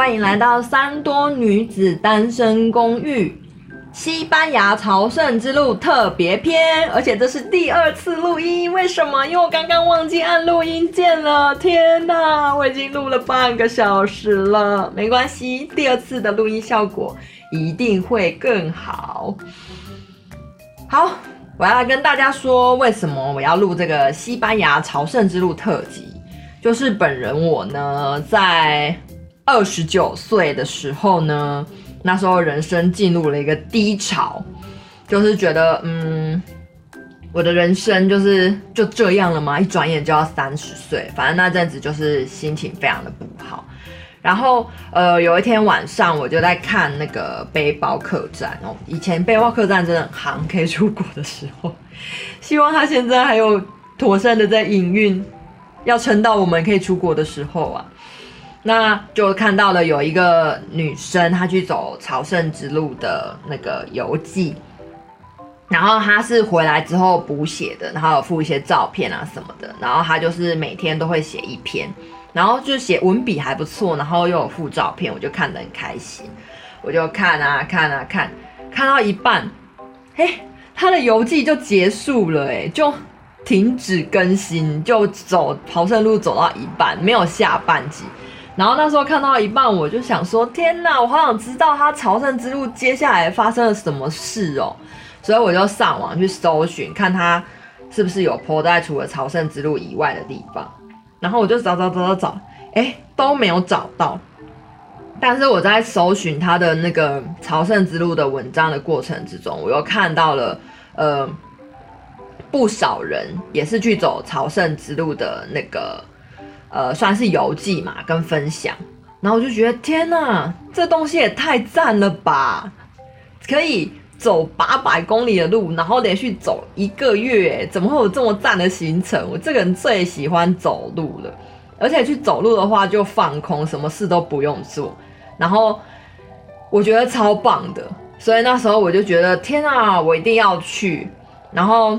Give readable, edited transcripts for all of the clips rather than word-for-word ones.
欢迎来到三多女子单身公寓西班牙朝圣之路特别篇，而且这是第2次录音，为什么？因为我刚刚忘记按录音键了，天哪，我已经录了半个小时了，没关系，第2次的录音效果一定会更好。好，我要来跟大家说为什么我要录这个西班牙朝圣之路特辑，就是本人我呢，在29岁的时候呢，那时候人生进入了一个低潮，就是觉得我的人生就这样了吗？一转眼就要30岁，反正那阵子就是心情非常的不好。然后有一天晚上我就在看那个背包客栈哦，以前背包客栈真的很行，可以出国的时候，希望他现在还有妥善的在营运，要撑到我们可以出国的时候啊。那就看到了有一个女生，她去走朝圣之路的那个游记，然后她是回来之后补写的，然后有附一些照片啊什么的，然后她就是每天都会写一篇，然后就写文笔还不错，然后又有附照片，我就看得很开心，我就看到一半，她的游记就结束了，就停止更新，就走朝圣路走到一半，没有下半集。然后那时候看到一半，我就想说，天哪，我好想知道他朝圣之路接下来发生了什么事哦，所以我就上网去搜寻，看他是不是有 po 在除了朝圣之路以外的地方。然后我就找，都没有找到。但是我在搜寻他的那个朝圣之路的文章的过程之中，我又看到了不少人也是去走朝圣之路的那个。算是游记嘛，跟分享，然后我就觉得天哪，这东西也太赞了吧！可以走800公里的路，然后连续走1个月，怎么会有这么赞的行程？我这个人最喜欢走路了，而且去走路的话就放空，什么事都不用做，然后我觉得超棒的，所以那时候我就觉得天哪，我一定要去，然后。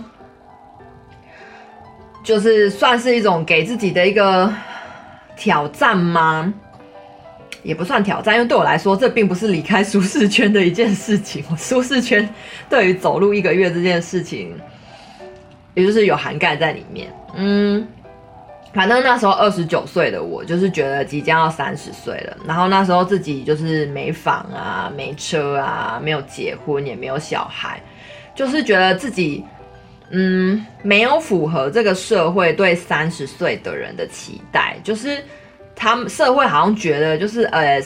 就是算是一种给自己的一个挑战吗？也不算挑战，因为对我来说，这并不是离开舒适圈的一件事情。我舒适圈对于走路1个月这件事情，也就是有涵盖在里面。反正那时候29岁的我，就是觉得即将要30岁了，然后那时候自己就是没房啊、没车啊、没有结婚，也没有小孩，就是觉得自己。没有符合这个社会对30岁的人的期待，就是他们社会好像觉得就是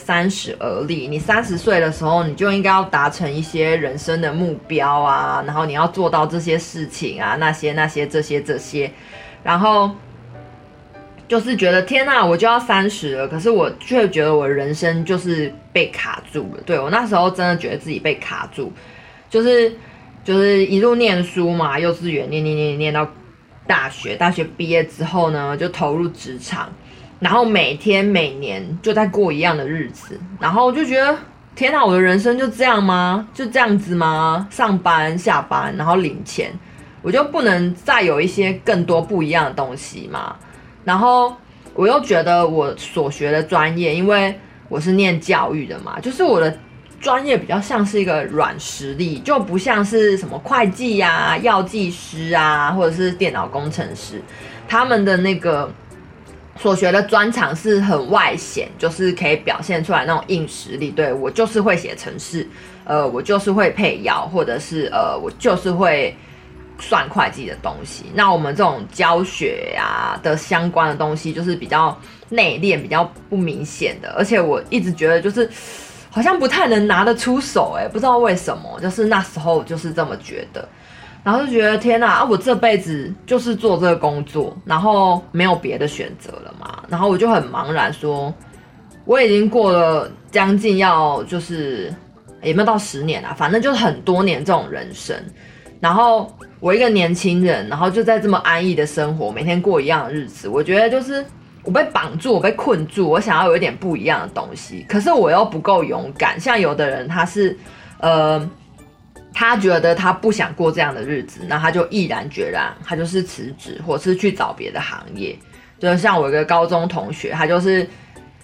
30而立，你30岁的时候你就应该要达成一些人生的目标啊，然后你要做到这些事情啊，那些这些，然后就是觉得天哪，我就要30了，可是我却觉得我的人生就是被卡住了。对，我那时候真的觉得自己被卡住，就是一路念书嘛，幼稚园念到大学毕业之后呢，就投入职场，然后每天每年就在过一样的日子，然后就觉得天哪，我的人生就这样吗？就这样子吗？上班下班，然后领钱，我就不能再有一些更多不一样的东西吗？然后我又觉得我所学的专业，因为我是念教育的嘛，就是我的。专业比较像是一个软实力，就不像是什么会计啊、药剂师啊，或者是电脑工程师，他们的那个所学的专长是很外显，就是可以表现出来那种硬实力。对，我就是会写程式，我就是会配药，或者是我就是会算会计的东西。那我们这种教学啊的相关的东西，就是比较内敛、比较不明显的，而且我一直觉得就是。好像不太能拿得出手，不知道为什么，就是那时候就是这么觉得，然后就觉得天哪，我这辈子就是做这个工作，然后没有别的选择了嘛，然后我就很茫然说，我已经过了将近要就是也没有到10年啦，反正就是很多年这种人生，然后我一个年轻人，然后就在这么安逸的生活，每天过一样的日子，我觉得就是。我被绑住，我被困住，我想要有一点不一样的东西，可是我又不够勇敢。像有的人他是，他觉得他不想过这样的日子，那他就毅然决然，他就是辞职，或是去找别的行业。就像我一个高中同学，他就是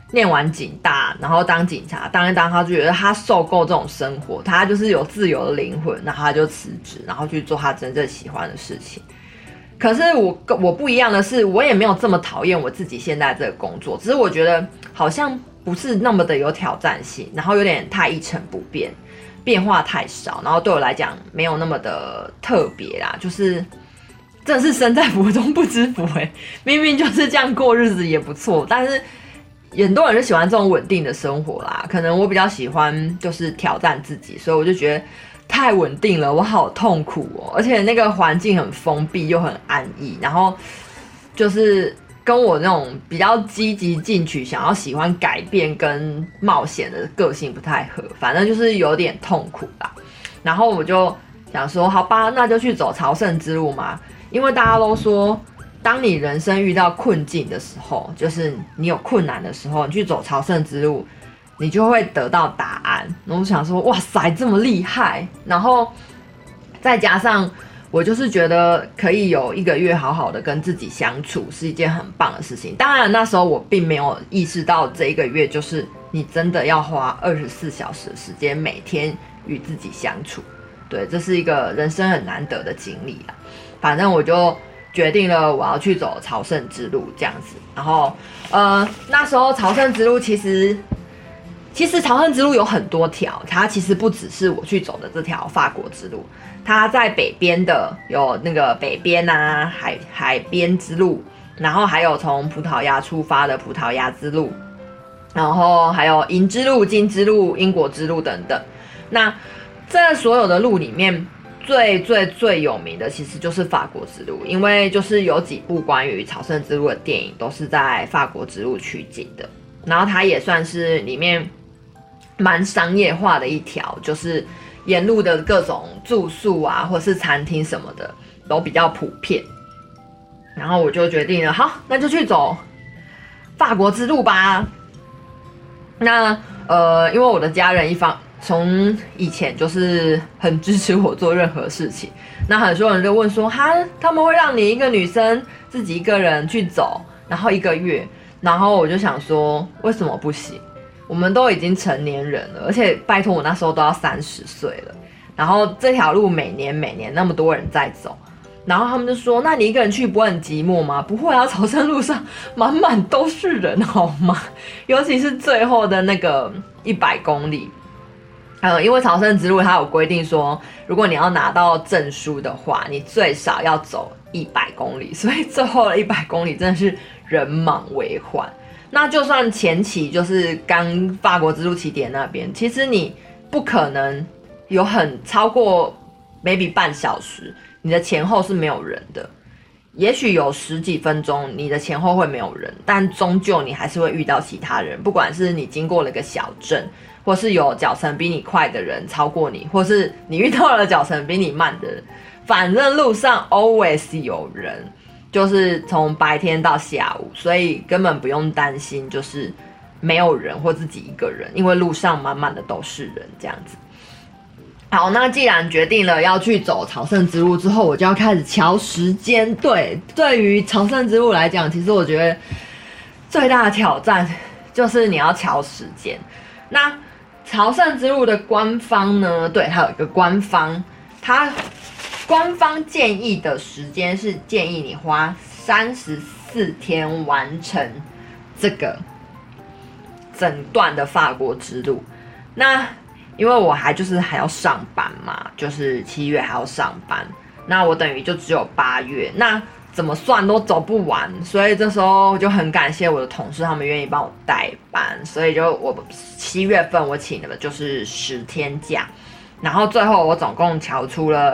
念完警大，然后当警察，当一当，他就觉得他受够这种生活，他就是有自由的灵魂，然后他就辞职，然后去做他真正喜欢的事情。可是我不一样的是，我也没有这么讨厌我自己现在这个工作，只是我觉得好像不是那么的有挑战性，然后有点太一成不变，变化太少，然后对我来讲没有那么的特别啦，就是真的是身在福中不知福明明就是这样过日子也不错，但是很多人就喜欢这种稳定的生活啦，可能我比较喜欢就是挑战自己，所以我就觉得太稳定了，我好痛苦哦，而且那个环境很封闭又很安逸，然后就是跟我那种比较积极进取、想要喜欢改变跟冒险的个性不太合，反正就是有点痛苦啦。然后我就想说，好吧，那就去走朝圣之路嘛，因为大家都说，当你人生遇到困境的时候，就是你有困难的时候，你去走朝圣之路，你就会得到答案。然后我想说，哇塞，这么厉害！然后再加上我就是觉得可以有1个月好好的跟自己相处，是一件很棒的事情。当然那时候我并没有意识到这1个月就是你真的要花24小时的时间每天与自己相处。对，这是一个人生很难得的经历啦。反正我就决定了我要去走朝圣之路这样子。然后那时候朝圣之路其实朝圣之路有很多条，它其实不只是我去走的这条法国之路，它在北边的有那个北边啊海边之路，然后还有从葡萄牙出发的葡萄牙之路，然后还有银之路、金之路、英国之路等等。那这所有的路里面，最有名的其实就是法国之路，因为就是有几部关于朝圣之路的电影都是在法国之路取景的，然后它也算是里面蛮商业化的一条，就是沿路的各种住宿啊，或是餐厅什么的都比较普遍。然后我就决定了，好，那就去走法国之路吧。那因为我的家人从以前就是很支持我做任何事情，那很多人就问说，他们会让你一个女生自己一个人去走，然后1个月，然后我就想说，为什么不行？我们都已经成年人了，而且拜托我那时候都要30岁了，然后这条路每年那么多人在走，然后他们就说，那你一个人去不会很寂寞吗？不会啊，朝圣路上满满都是人好吗？尤其是最后的那个100公里。因为朝圣之路它有规定说，如果你要拿到证书的话，你最少要走100公里，所以最后的100公里真的是人满为患。那就算前期就是刚法国之路起点那边，其实你不可能有很超过 maybe 半小时，你的前后是没有人的。也许有10几分钟，你的前后会没有人，但终究你还是会遇到其他人，不管是你经过了一个小镇，或是有脚程比你快的人超过你，或是你遇到了脚程比你慢的人，反正路上 always 有人，就是从白天到下午，所以根本不用担心就是没有人或自己一个人，因为路上满满的都是人这样子。好，那既然决定了要去走朝圣之路之后，我就要开始瞧时间。对于朝圣之路来讲，其实我觉得最大的挑战就是你要瞧时间。那朝圣之路的官方呢，对，它有一个官方，它官方建议的时间是建议你花34天完成这个整段的法国之路。那因为我还要上班嘛，就是7月还要上班，那我等于就只有8月，那怎么算都走不完，所以这时候就很感谢我的同事，他们愿意帮我代班，所以就我7月份我请了就是10天假，然后最后我总共瞧出了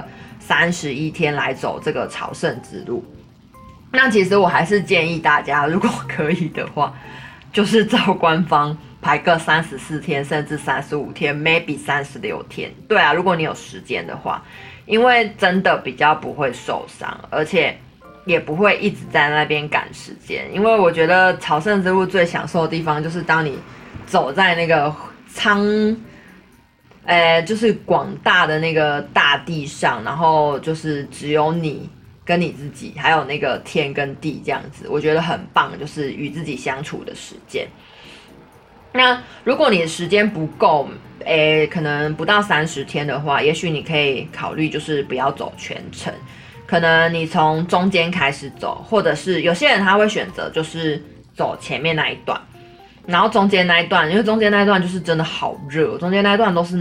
31天来走这个朝圣之路。那其实我还是建议大家，如果可以的话，就是照官方排个34天，甚至35天 ，maybe 36天。对啊，如果你有时间的话，因为真的比较不会受伤，而且也不会一直在那边赶时间。因为我觉得朝圣之路最享受的地方，就是当你走在那个就是广大的那个大地上，然后就是只有你跟你自己，还有那个天跟地这样子，我觉得很棒，就是与自己相处的时间。 那如果你的时间不够，可能不到30天的话，也许你可以考虑就是不要走全程，可能你从中间开始走，或者是有些人他会选择就是走前面那一段，然后中间那一段，因为中间那一段就是真的好热，中间那一段都是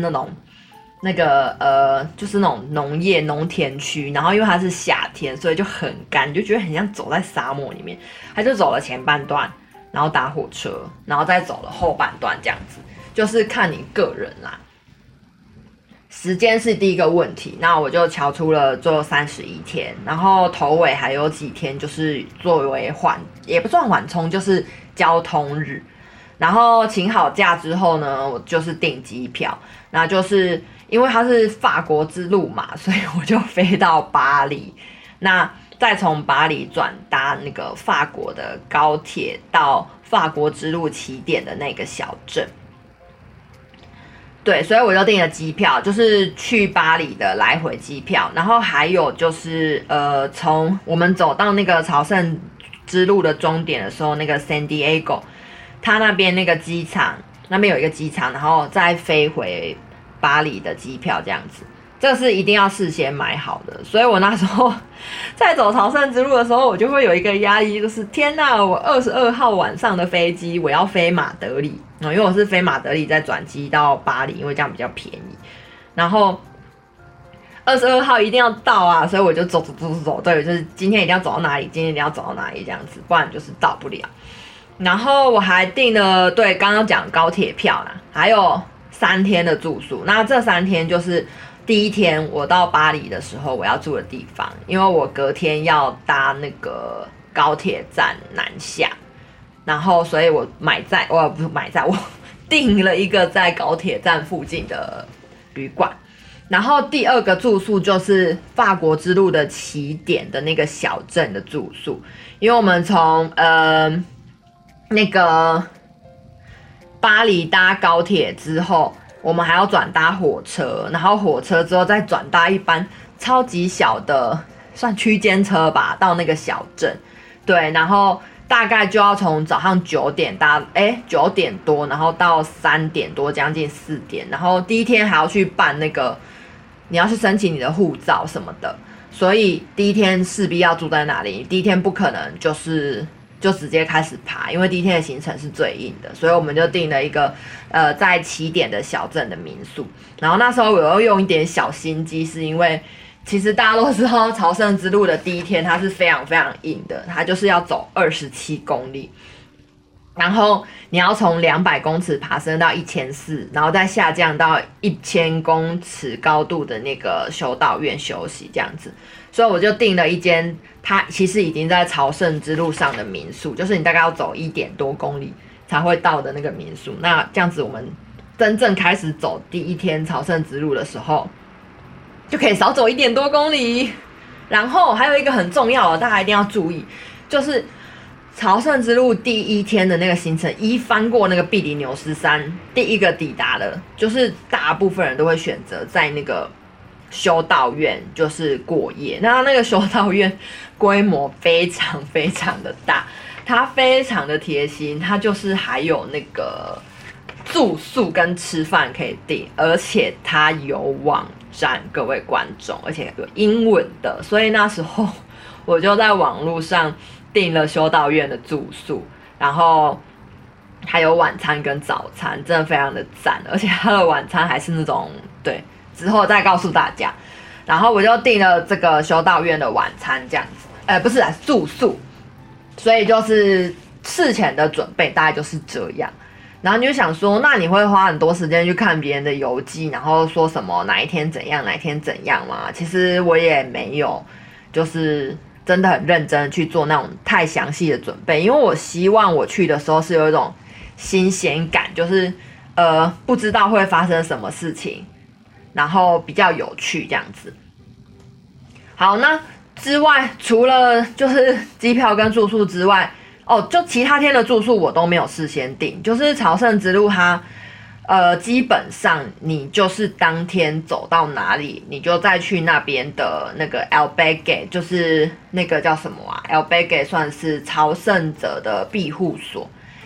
就是那种农业农田区，然后因为它是夏天，所以就很干，就觉得很像走在沙漠里面。他就走了前半段，然后搭火车，然后再走了后半段，这样子，就是看你个人啦。时间是第一个问题，那我就敲出了做31天，然后头尾还有几天就是作为也不算缓冲，就是交通日。然后请好假之后呢，我就是订机票，那就是因为它是法国之路嘛，所以我就飞到巴黎，那再从巴黎转搭那个法国的高铁到法国之路起点的那个小镇。对，所以我就订了机票，就是去巴黎的来回机票，然后还有就是从我们走到那个朝圣之路的终点的时候，那个 San Diego， 它那边那个机场那边有一个机场，然后再飞回巴黎的机票这样子。这个是一定要事先买好的，所以我那时候在走朝圣之路的时候，我就会有一个压力，就是天哪，我22号晚上的飞机我要飞马德里，因为我是飞马德里再转机到巴黎，因为这样比较便宜。然后22号一定要到啊，所以我就走，对，就是今天一定要走到哪里，今天一定要走到哪里这样子，不然就是到不了。然后我还订了，对，刚刚讲高铁票啦，还有3天的住宿。那这3天就是第一天我到巴黎的时候我要住的地方，因为我隔天要搭那个高铁站南下，然后所以我订了一个在高铁站附近的旅馆。然后第二个住宿就是法国之路的起点的那个小镇的住宿，因为我们从那个巴黎搭高铁之后，我们还要转搭火车，然后火车之后再转搭一班超级小的算区间车吧，到那个小镇。对，然后大概就要从早上9点9点多，然后到3点多，将近4点，然后第一天还要去办那个，你要去申请你的护照什么的，所以第一天势必要住在那里。第一天不可能就直接开始爬，因为第一天的行程是最硬的，所以我们就订了一个在起点的小镇的民宿。然后那时候我又用一点小心机，是因为其实大家都知道朝圣之路的第一天它是非常非常硬的，它就是要走27公里，然后你要从200公尺爬升到1400，然后再下降到1000公尺高度的那个修道院休息这样子。所以我就订了一间它其实已经在朝圣之路上的民宿，就是你大概要走1点多公里才会到的那个民宿。那这样子我们真正开始走第一天朝圣之路的时候，就可以少走1点多公里。然后还有一个很重要的，大家一定要注意，就是朝圣之路第一天的那个行程，翻过那个比利牛斯山，第一个抵达的，就是大部分人都会选择在那个修道院就是过夜。那个修道院规模非常非常的大，它非常的贴心，它就是还有那个住宿跟吃饭可以订，而且它有网站，各位观众，而且有英文的，所以那时候我就在网络上订了修道院的住宿，然后还有晚餐跟早餐，真的非常的赞，而且它的晚餐还是那种，对，之后再告诉大家。然后我就订了这个修道院的晚餐这样子，不是住宿，所以就是事前的准备大概就是这样。然后你就想说，那你会花很多时间去看别人的游记，然后说什么哪一天怎样，哪一天怎样吗？其实我也没有，就是真的很认真去做那种太详细的准备，因为我希望我去的时候是有一种新鲜感，就是不知道会发生什么事情，然后比较有趣这样子。好，那之外除了就是机票跟住宿之外，就其他天的住宿我都没有事先订，就是朝圣之路它基本上你就是当天走到哪里，你就再去那边的那个 albergue， 就是那个叫什么啊 albergue 算是朝圣者的庇护所，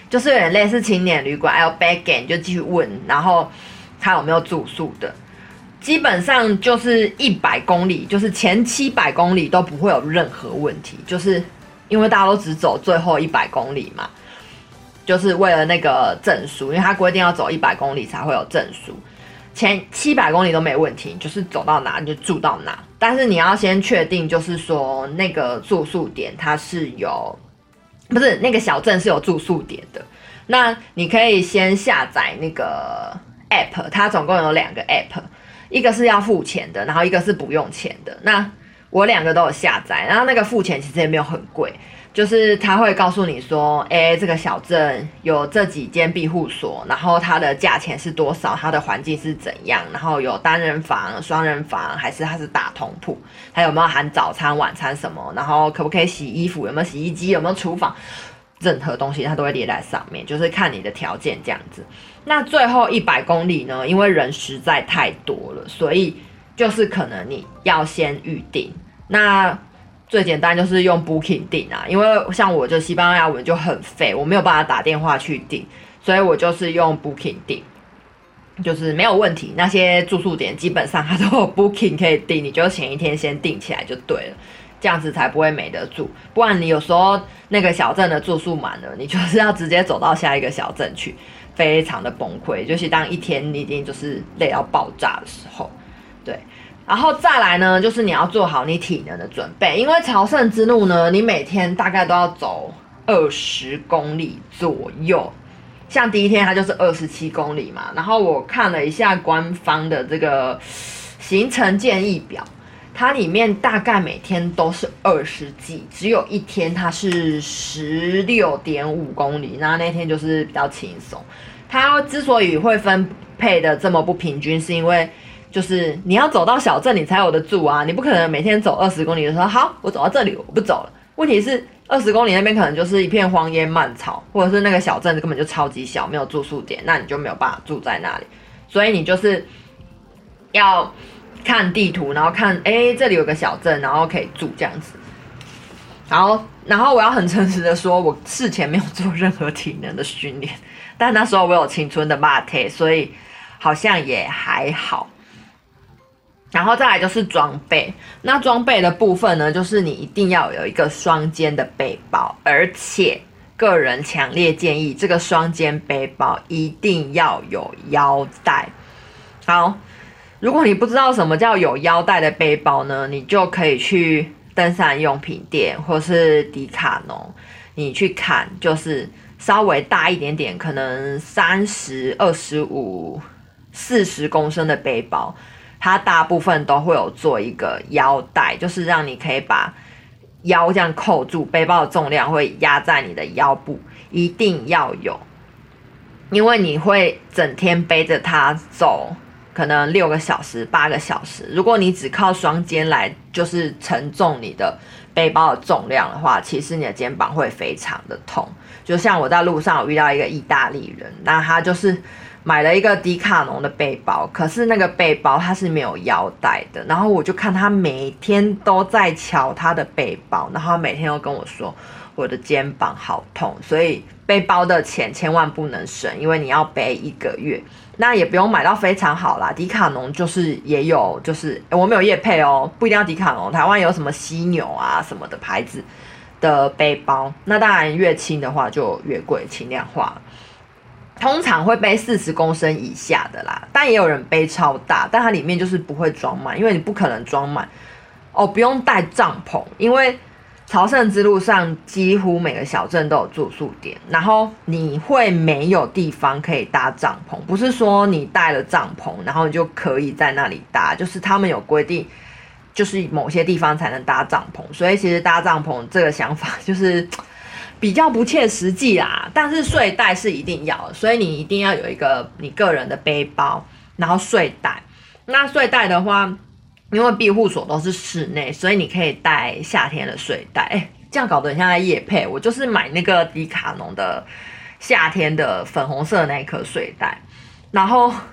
就是有点类似青年旅馆，还有 backend 就继续问，然后他有没有住宿的。基本上就是100公里，就是前700公里都不会有任何问题，就是因为大家都只走最后100公里嘛，就是为了那个证书，因为他规定要走100公里才会有证书。前700公里都没问题，就是走到哪你就住到哪，但是你要先确定，就是说那个住宿点它是有，不是那个小镇是有住宿点的。那你可以先下载那个 app， 它总共有2个 app， 一个是要付钱的，然后一个是不用钱的。那我2个都有下载，然后那个付钱其实也没有很贵。就是他会告诉你说，这个小镇有这几间庇护所，然后它的价钱是多少，它的环境是怎样，然后有单人房、双人房，还是它是大通铺，还有没有含早餐、晚餐什么，然后可不可以洗衣服，有没有洗衣机，有没有厨房，任何东西它都会列在上面，就是看你的条件这样子。那最后100公里呢，因为人实在太多了，所以就是可能你要先预定。那最简单就是用 Booking 订啊，因为像我就西班牙文就很废，我没有办法打电话去订，所以我就是用 Booking 订，就是没有问题。那些住宿点基本上它都有 Booking 可以订，你就前一天先订起来就对了，这样子才不会没得住。不然你有时候那个小镇的住宿满了，你就是要直接走到下一个小镇去，非常的崩溃。就是当一天你一定就是累到爆炸的时候，对。然后再来呢，就是你要做好你体能的准备，因为朝圣之路呢，你每天大概都要走20公里左右。像第一天它就是27公里嘛，然后我看了一下官方的这个行程建议表，它里面大概每天都是20几，只有一天它是16.5公里，那天就是比较轻松。它之所以会分配的这么不平均，是因为就是你要走到小镇你才有的住啊，你不可能每天走20公里的时候，好，我走到这里我不走了。问题是20公里那边可能就是一片荒烟蔓草，或者是那个小镇根本就超级小，没有住宿点，那你就没有办法住在那里。所以你就是要看地图，然后看这里有个小镇，然后可以住这样子。然后我要很诚实的说，我事前没有做任何体能的训练，但那时候我有青春的肉体，所以好像也还好。然后再来就是装备，那装备的部分呢，就是你一定要有一个双肩的背包，而且个人强烈建议这个双肩背包一定要有腰带。好，如果你不知道什么叫有腰带的背包呢，你就可以去登山用品店或是迪卡侬，你去看，就是稍微大一点点，可能30、25、40公升的背包。它大部分都会有做一个腰带，就是让你可以把腰这样扣住，背包的重量会压在你的腰部，一定要有，因为你会整天背着它走，可能6个小时、8个小时。如果你只靠双肩来就是承重你的背包的重量的话，其实你的肩膀会非常的痛。就像我在路上有遇到一个意大利人，那他就是买了一个迪卡侬的背包，可是那个背包它是没有腰带的，然后我就看他每天都在瞧他的背包，然后他每天都跟我说我的肩膀好痛，所以背包的钱千万不能省，因为你要背1个月。那也不用买到非常好啦，迪卡侬就是也有，就是我没有业配哦，不一定要迪卡侬，台湾有什么犀牛啊什么的牌子的背包，那当然越轻的话就越贵，轻量化了。通常会背40公升以下的啦，但也有人背超大，但它里面就是不会装满，因为你不可能装满哦。不用带帐篷，因为朝圣之路上几乎每个小镇都有住宿点，然后你会没有地方可以搭帐篷，不是说你带了帐篷然后你就可以在那里搭，就是他们有规定，就是某些地方才能搭帐篷，所以其实搭帐篷这个想法就是比较不切实际啦，但是睡袋是一定要的，所以你一定要有一个你个人的背包，然后睡袋。那睡袋的话，因为庇护所都是室内，所以你可以带夏天的睡袋。这样搞得很像在业配，我就是买那个迪卡侬的夏天的粉红色的那一颗睡袋，然后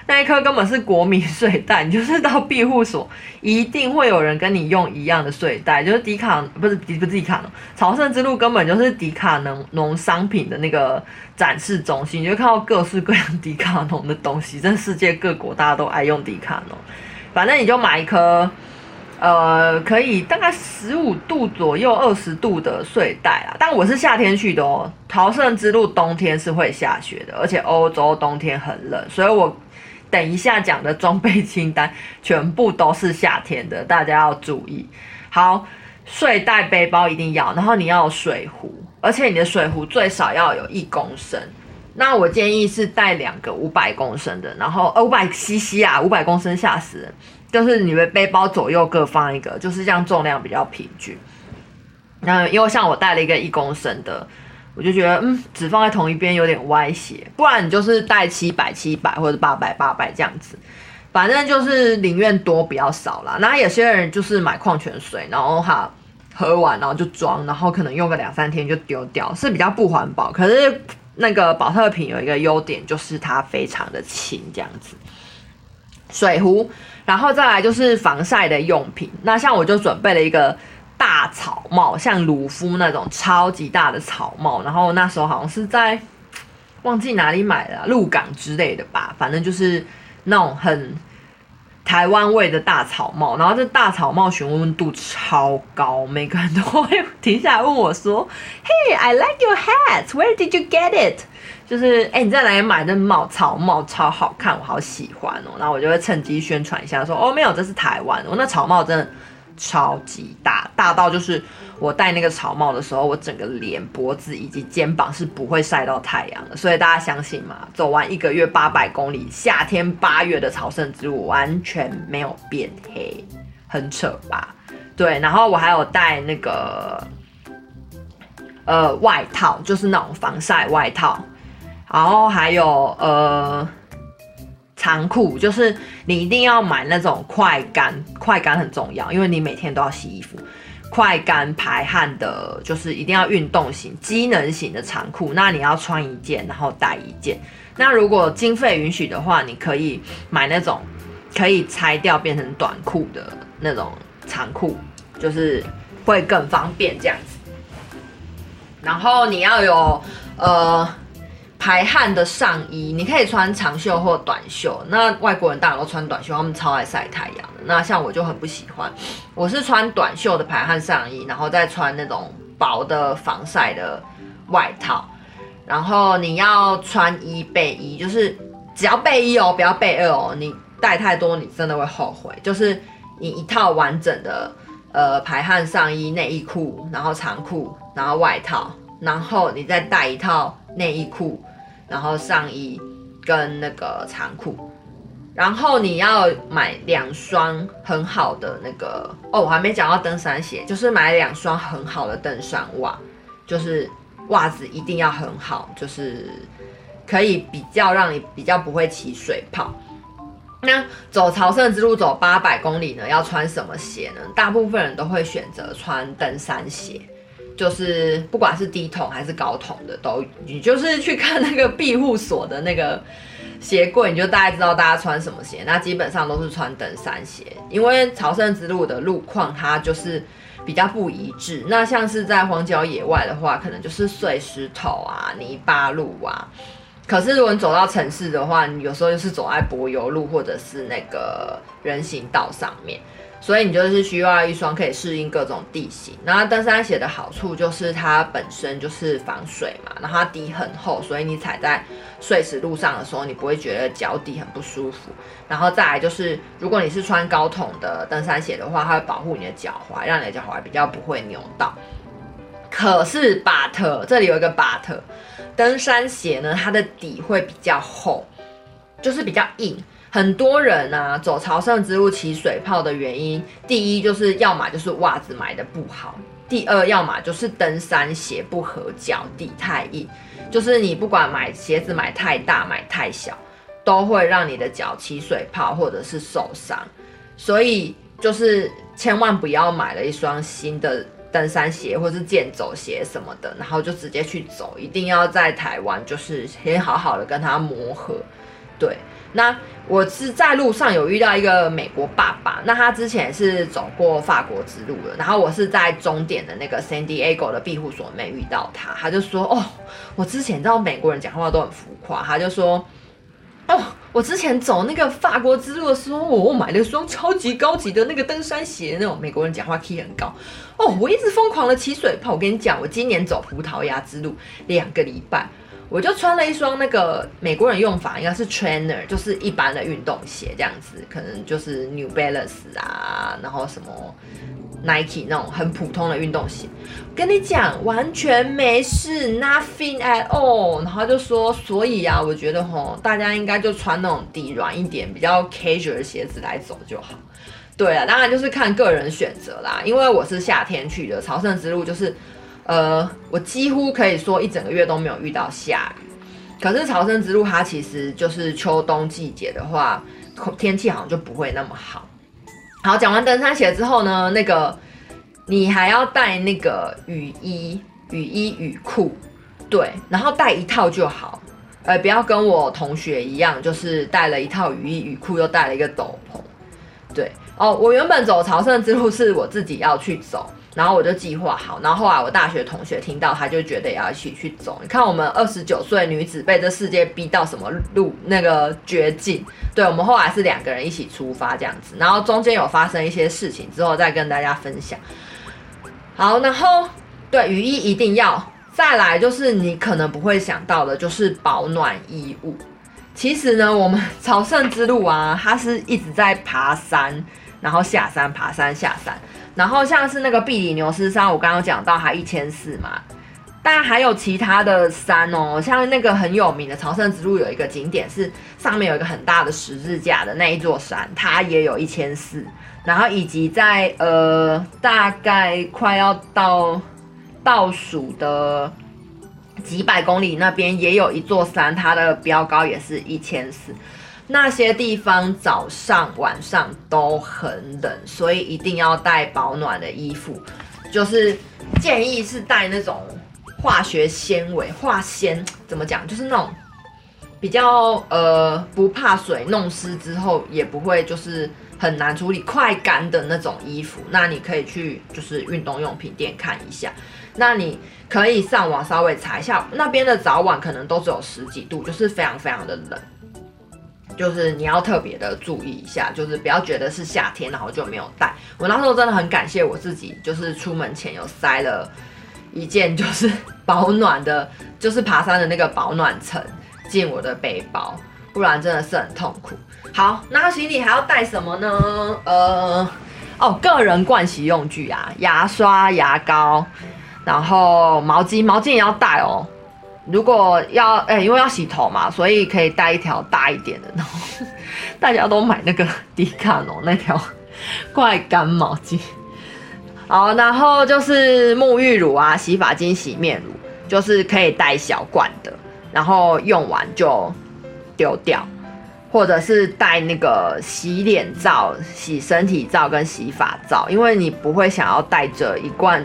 那一颗根本是国民睡袋，你就是到庇护所一定会有人跟你用一样的睡袋，就是不是迪卡侬，朝圣之路根本就是迪卡侬商品的那个展示中心，你就看到各式各样迪卡侬的东西，这世界各国大家都爱用迪卡侬，反正你就买一颗。可以大概15度左右，20度的睡袋啦。但我是夏天去的哦，朝圣之路冬天是会下雪的，而且欧洲冬天很冷，所以我等一下讲的装备清单全部都是夏天的，大家要注意。好，睡袋、背包一定要，然后你要有水壶，而且你的水壶最少要有1公升。那我建议是带2个500公升的，然后500cc 啊，500公升吓死人。就是你的背包左右各放一个，就是这样重量比较平均。因为像我带了一个1公升的，我就觉得只放在同一边有点歪斜，不然你就是带700或者800这样子，反正就是宁愿多不要少啦。那有些人就是买矿泉水，然后喝完然后就装，然后可能用个2-3天就丢掉，是比较不环保。可是那个保特瓶有一个优点，就是它非常的轻，这样子。水壶，然后再来就是防晒的用品。那像我就准备了一个大草帽，像鲁夫那种超级大的草帽。然后那时候好像是在忘记哪里买的，鹿港之类的吧，反正就是那种很台湾味的大草帽。然后这大草帽询问度超高，每个人都会停下来问我说 ：“Hey, I like your hat. Where did you get it?” 就是你在哪里买的草帽超好看，我好喜欢哦。然后我就会趁机宣传一下，说没有，这是台湾的。我那草帽真的超级大，大到就是我戴那个草帽的时候，我整个脸、脖子以及肩膀是不会晒到太阳的。所以大家相信吗？走完1个月800公里，夏天8月的朝圣之路完全没有变黑，很扯吧？对，然后我还有带那个外套，就是那种防晒外套。然后还有长裤，就是你一定要买那种快干很重要，因为你每天都要洗衣服。快干排汗的，就是一定要运动型、机能型的长裤，那你要穿1件，然后带1件。那如果经费允许的话，你可以买那种可以拆掉变成短裤的那种长裤，就是会更方便这样子。然后你要有排汗的上衣，你可以穿长袖或短袖。那外国人当然都穿短袖，他们超爱晒太阳的。那像我就很不喜欢，我是穿短袖的排汗上衣，然后再穿那种薄的防晒的外套。然后你要穿1备1，就是只要备1哦，不要备2哦。你带太多，你真的会后悔。就是你一套完整的排汗上衣、内衣裤，然后长裤，然后外套，然后你再带一套内衣裤，然后上衣跟那个长裤，然后你要买2双很好的那个我还没讲到登山鞋，就是买2双很好的登山袜，就是袜子一定要很好，就是可以让你比较不会起水泡。那走朝圣之路走800公里呢，要穿什么鞋呢？大部分人都会选择穿登山鞋。就是不管是低筒还是高筒的你就是去看那个庇护所的那个鞋柜，你就大概知道大家穿什么鞋。那基本上都是穿登山鞋，因为朝圣之路的路况它就是比较不一致。那像是在荒郊野外的话，可能就是碎石头啊、泥巴路啊。可是如果你走到城市的话，你有时候就是走在柏油路或者是那个人行道上面。所以你就是需要1双可以适应各种地形。然后登山鞋的好处就是它本身就是防水嘛，然后它底很厚，所以你踩在碎石路上的时候，你不会觉得脚底很不舒服。然后再来就是，如果你是穿高筒的登山鞋的话，它会保护你的脚踝，让你的脚踝比较不会扭到。可是 but 这里有一个 but， 登山鞋呢，它的底会比较厚，就是比较硬。很多人啊走朝圣之路起水泡的原因，第一就是要么就是袜子买的不好，第二要么就是登山鞋不合脚，底太硬，就是你不管买鞋子买太大买太小，都会让你的脚起水泡或者是受伤。所以就是千万不要买了1双新的登山鞋或是健走鞋什么的，然后就直接去走，一定要在台湾就是先好好的跟它磨合。对， 那我是在路上有遇到一个美国爸爸，那他之前是走过法国之路的，然后我是在终点的那个 San Diego 的庇护所没遇到他，他就说哦，我之前知道美国人讲话都很浮夸，他就说哦，我之前走那个法国之路的时候，我买了双超级高级的那个登山鞋，那种美国人讲话 key 很高哦，我一直疯狂的起水泡，我跟你讲，我今年走葡萄牙之路2个礼拜。我就穿了一双那个美国人用法应该是 trainer， 就是一般的运动鞋这样子，可能就是 New Balance 啊，然后什么 Nike 那种很普通的运动鞋。跟你讲，完全没事 ，nothing at all。然后就说，所以啊，我觉得大家应该就穿那种底软一点、比较 casual 的鞋子来走就好。对啊，当然就是看个人选择啦。因为我是夏天去的朝圣之路，就是我几乎可以说一整个月都没有遇到下雨。可是朝圣之路它其实就是秋冬季节的话，天气好像就不会那么好。好，讲完登山鞋之后呢，那个你还要带那个雨衣、雨裤，对，然后带一套就好。不要跟我同学一样，就是带了一套雨衣、雨裤，又带了一个斗篷。对哦，我原本走朝圣之路是我自己要去走。然后我就计划好，然后后来我大学同学听到，他就觉得也要一起去走。你看我们29岁女子被这世界逼到什么路那个绝境？对，我们后来是2个人一起出发这样子，然后中间有发生一些事情之后再跟大家分享。好，然后对雨衣一定要，再来就是你可能不会想到的，就是保暖衣物。其实呢，我们朝圣之路啊，它是一直在爬山，然后下山，爬山下山。然后像是那个比里牛斯山，我刚刚讲到它1400嘛，但还有其他的山哦，像那个很有名的朝圣之路有一个景点是上面有一个很大的十字架的那一座山，它也有1400，然后以及在大概快要到倒数的几百公里那边也有一座山，它的标高也是1400。那些地方早上晚上都很冷，所以一定要带保暖的衣服。就是建议是带那种化学纤维、化纤怎么讲，就是那种比较不怕水弄湿之后也不会就是很难处理、快干的那种衣服。那你可以去就是运动用品店看一下。那你可以上网稍微查一下，那边的早晚可能都只有10几度，就是非常非常的冷。就是你要特别的注意一下，就是不要觉得是夏天然后就没有带。我那时候真的很感谢我自己，就是出门前有塞了一件就是保暖的，就是爬山的那个保暖层进我的背包，不然真的是很痛苦。好，那行李还要带什么呢？个人盥洗用具啊，牙刷、牙膏，然后毛巾也要带哦。如果要因为要洗头嘛，所以可以带一条大一点的。然后大家都买那个迪卡侬那条快干毛巾。好，然后就是沐浴乳啊、洗发精、洗面乳，就是可以带小罐的，然后用完就丢掉，或者是带那个洗脸皂、洗身体皂跟洗发皂，因为你不会想要带着一罐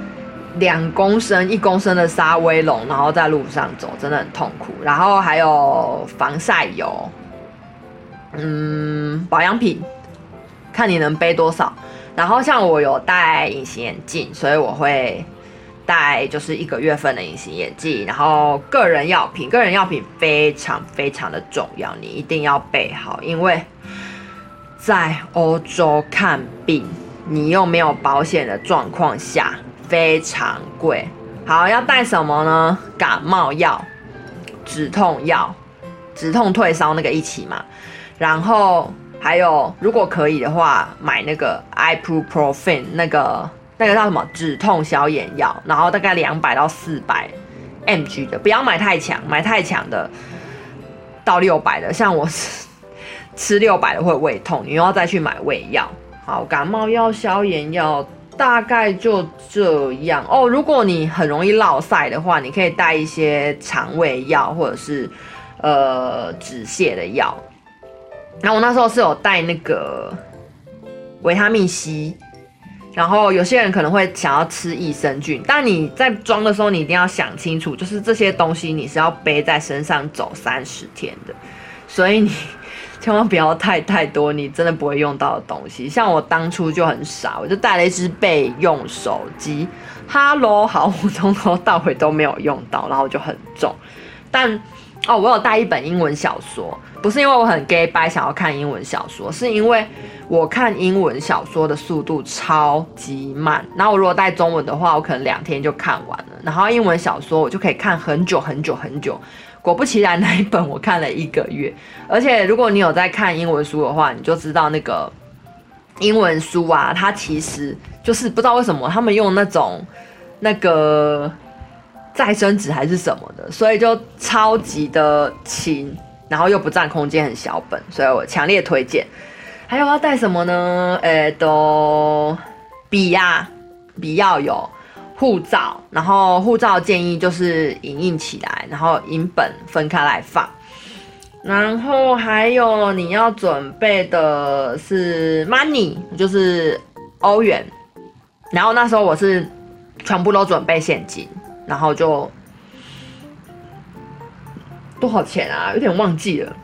2公升、1公升的沙威龙，然后在路上走，真的很痛苦。然后还有防晒油，保养品，看你能背多少。然后像我有戴隐形眼镜，所以我会带就是1个月份的隐形眼镜。然后个人药品非常非常的重要，你一定要备好，因为在欧洲看病，你又没有保险的状况下，非常贵。好，要带什么呢？感冒药、止痛药、止痛退烧那个一起嘛。然后还有，如果可以的话，买那个 ibuprofen 那个叫什么止痛消炎药，然后大概200到400 mg 的，不要买太强，买太强的到600的，像我吃600的会胃痛，你又要再去买胃药。好，感冒药、消炎药。大概就这样哦。如果你很容易落晒的话，你可以带一些肠胃药或者是止泻的药。然后我那时候是有带那个维他命 C， 然后有些人可能会想要吃益生菌，但你在装的时候你一定要想清楚，就是这些东西你是要背在身上走30天的，所以千万不要太多你真的不会用到的东西。像我当初就很傻，我就带了一支备用手机 ，Hello， 好，我从头到尾都没有用到，然后就很重。但我有带一本英文小说，不是因为我很 gay 掰想要看英文小说，是因为我看英文小说的速度超级慢，然后我如果带中文的话，我可能2天就看完了，然后英文小说我就可以看很久很久很久。果不其然，那一本我看了1个月，而且如果你有在看英文书的话，你就知道那个英文书啊，它其实就是不知道为什么他们用那个再生纸还是什么的，所以就超级的轻，然后又不占空间，很小本，所以我强烈推荐。还有要带什么呢？笔要有。护照，然后护照建议就是影印起来，然后影本分开来放。然后还有你要准备的是 money， 就是欧元。然后那时候我是全部都准备现金，然后就多少钱啊？有点忘记了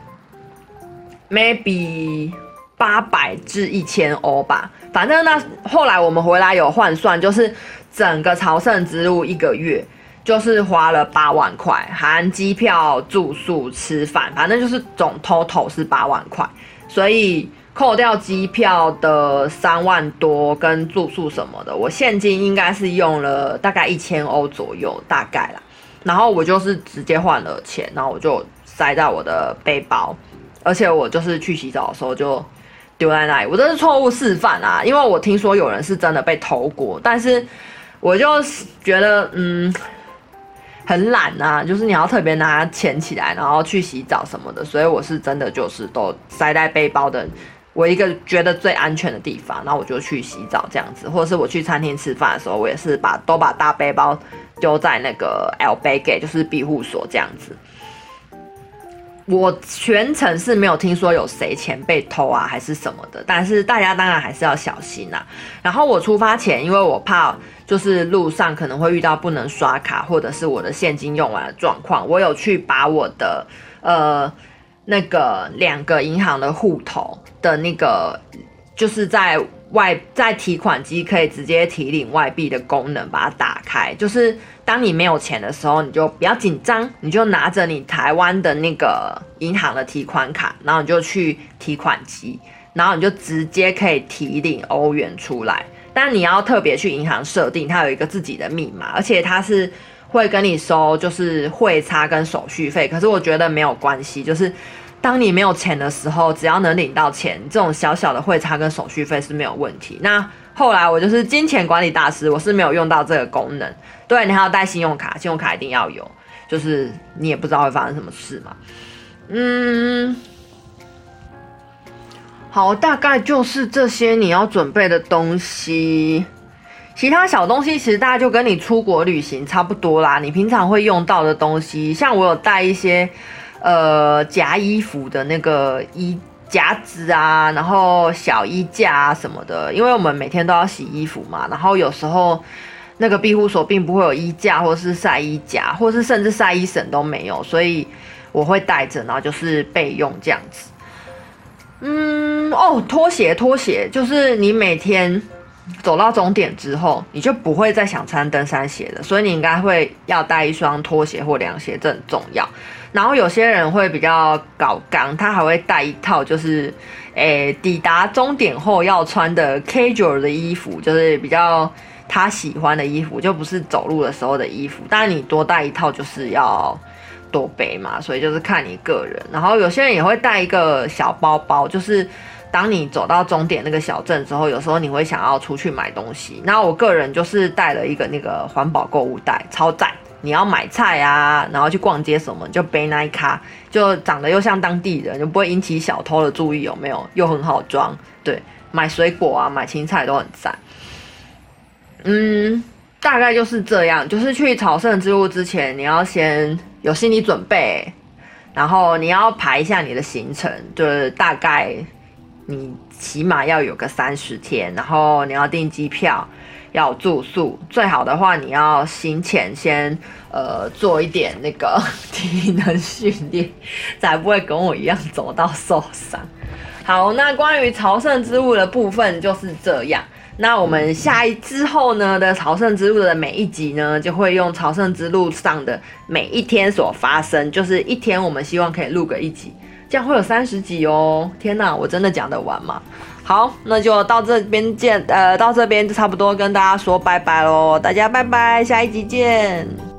，maybe 800至1000欧吧。反正那后来我们回来有换算，就是整个朝圣之路1个月就是花了8万块，含机票、住宿、吃饭，反正就是总 total 是8万块。所以扣掉机票的3万多跟住宿什么的，我现金应该是用了大概1000欧左右，大概啦。然后我就是直接换了钱，然后我就塞在我的背包，而且我就是去洗澡的时候就丢在那里。我这是错误示范啊，因为我听说有人是真的被偷过，但是我就觉得很懒啊，就是你要特别拿它捡起来，然后去洗澡什么的，所以我是真的就是都塞在背包的我一个觉得最安全的地方，然后我就去洗澡这样子，或者是我去餐厅吃饭的时候，我也是都把大背包丢在那个 L bag， 就是庇护所这样子。我全程是没有听说有谁钱被偷啊还是什么的，但是大家当然还是要小心啊。然后我出发前，因为我怕就是路上可能会遇到不能刷卡或者是我的现金用完的状况，我有去把我的那个2个银行的户头的那个就是在提款机可以直接提领外币的功能把它打开，就是当你没有钱的时候，你就不要紧张，你就拿着你台湾的那个银行的提款卡，然后你就去提款机，然后你就直接可以提领欧元出来。但你要特别去银行设定，它有一个自己的密码，而且它是会跟你收就是汇差跟手续费。可是我觉得没有关系，就是当你没有钱的时候，只要能领到钱，这种小小的汇差跟手续费是没有问题。那后来我就是金钱管理大师，我是没有用到这个功能。对，你还要带信用卡，信用卡一定要有，就是你也不知道会发生什么事嘛。好，大概就是这些你要准备的东西。其他小东西其实大概就跟你出国旅行差不多啦，你平常会用到的东西，像我有带一些夹衣服的那个夹子啊，然后小衣架啊什么的，因为我们每天都要洗衣服嘛，然后有时候那个庇护所并不会有衣架或是晒衣夹，或是甚至晒衣绳都没有，所以我会带着，然后就是备用这样子。拖鞋就是你每天走到终点之后，你就不会再想穿登山鞋了，所以你应该会要带一双拖鞋或凉鞋，这很重要。然后有些人会比较搞刚，他还会带一套就是抵达终点后要穿的 casual 的衣服，就是比较他喜欢的衣服，就不是走路的时候的衣服。当然你多带一套就是要多背嘛，所以就是看你个人。然后有些人也会带一个小包包，就是当你走到终点那个小镇之后，有时候你会想要出去买东西。那我个人就是带了一个那个环保购物袋，超赞。你要买菜啊，然后去逛街什么，就背那一卡，就长得又像当地人，就不会引起小偷的注意，有没有？又很好装，对，买水果啊，买青菜都很赞。大概就是这样，就是去朝圣之路之前，你要先有心理准备，然后你要排一下你的行程，就是大概你起码要有个30天，然后你要订机票，要有住宿，最好的话你要行前先做一点那个体能训练，才不会跟我一样走到受伤。好，那关于朝圣之路的部分就是这样。那我们之后呢的朝圣之路的每一集呢，就会用朝圣之路上的每一天所发生，就是一天我们希望可以录个1集，这样会有30集哦。天哪，我真的讲得完吗？好，那就到这边见，到这边就差不多跟大家说拜拜咯，大家拜拜，下一集见。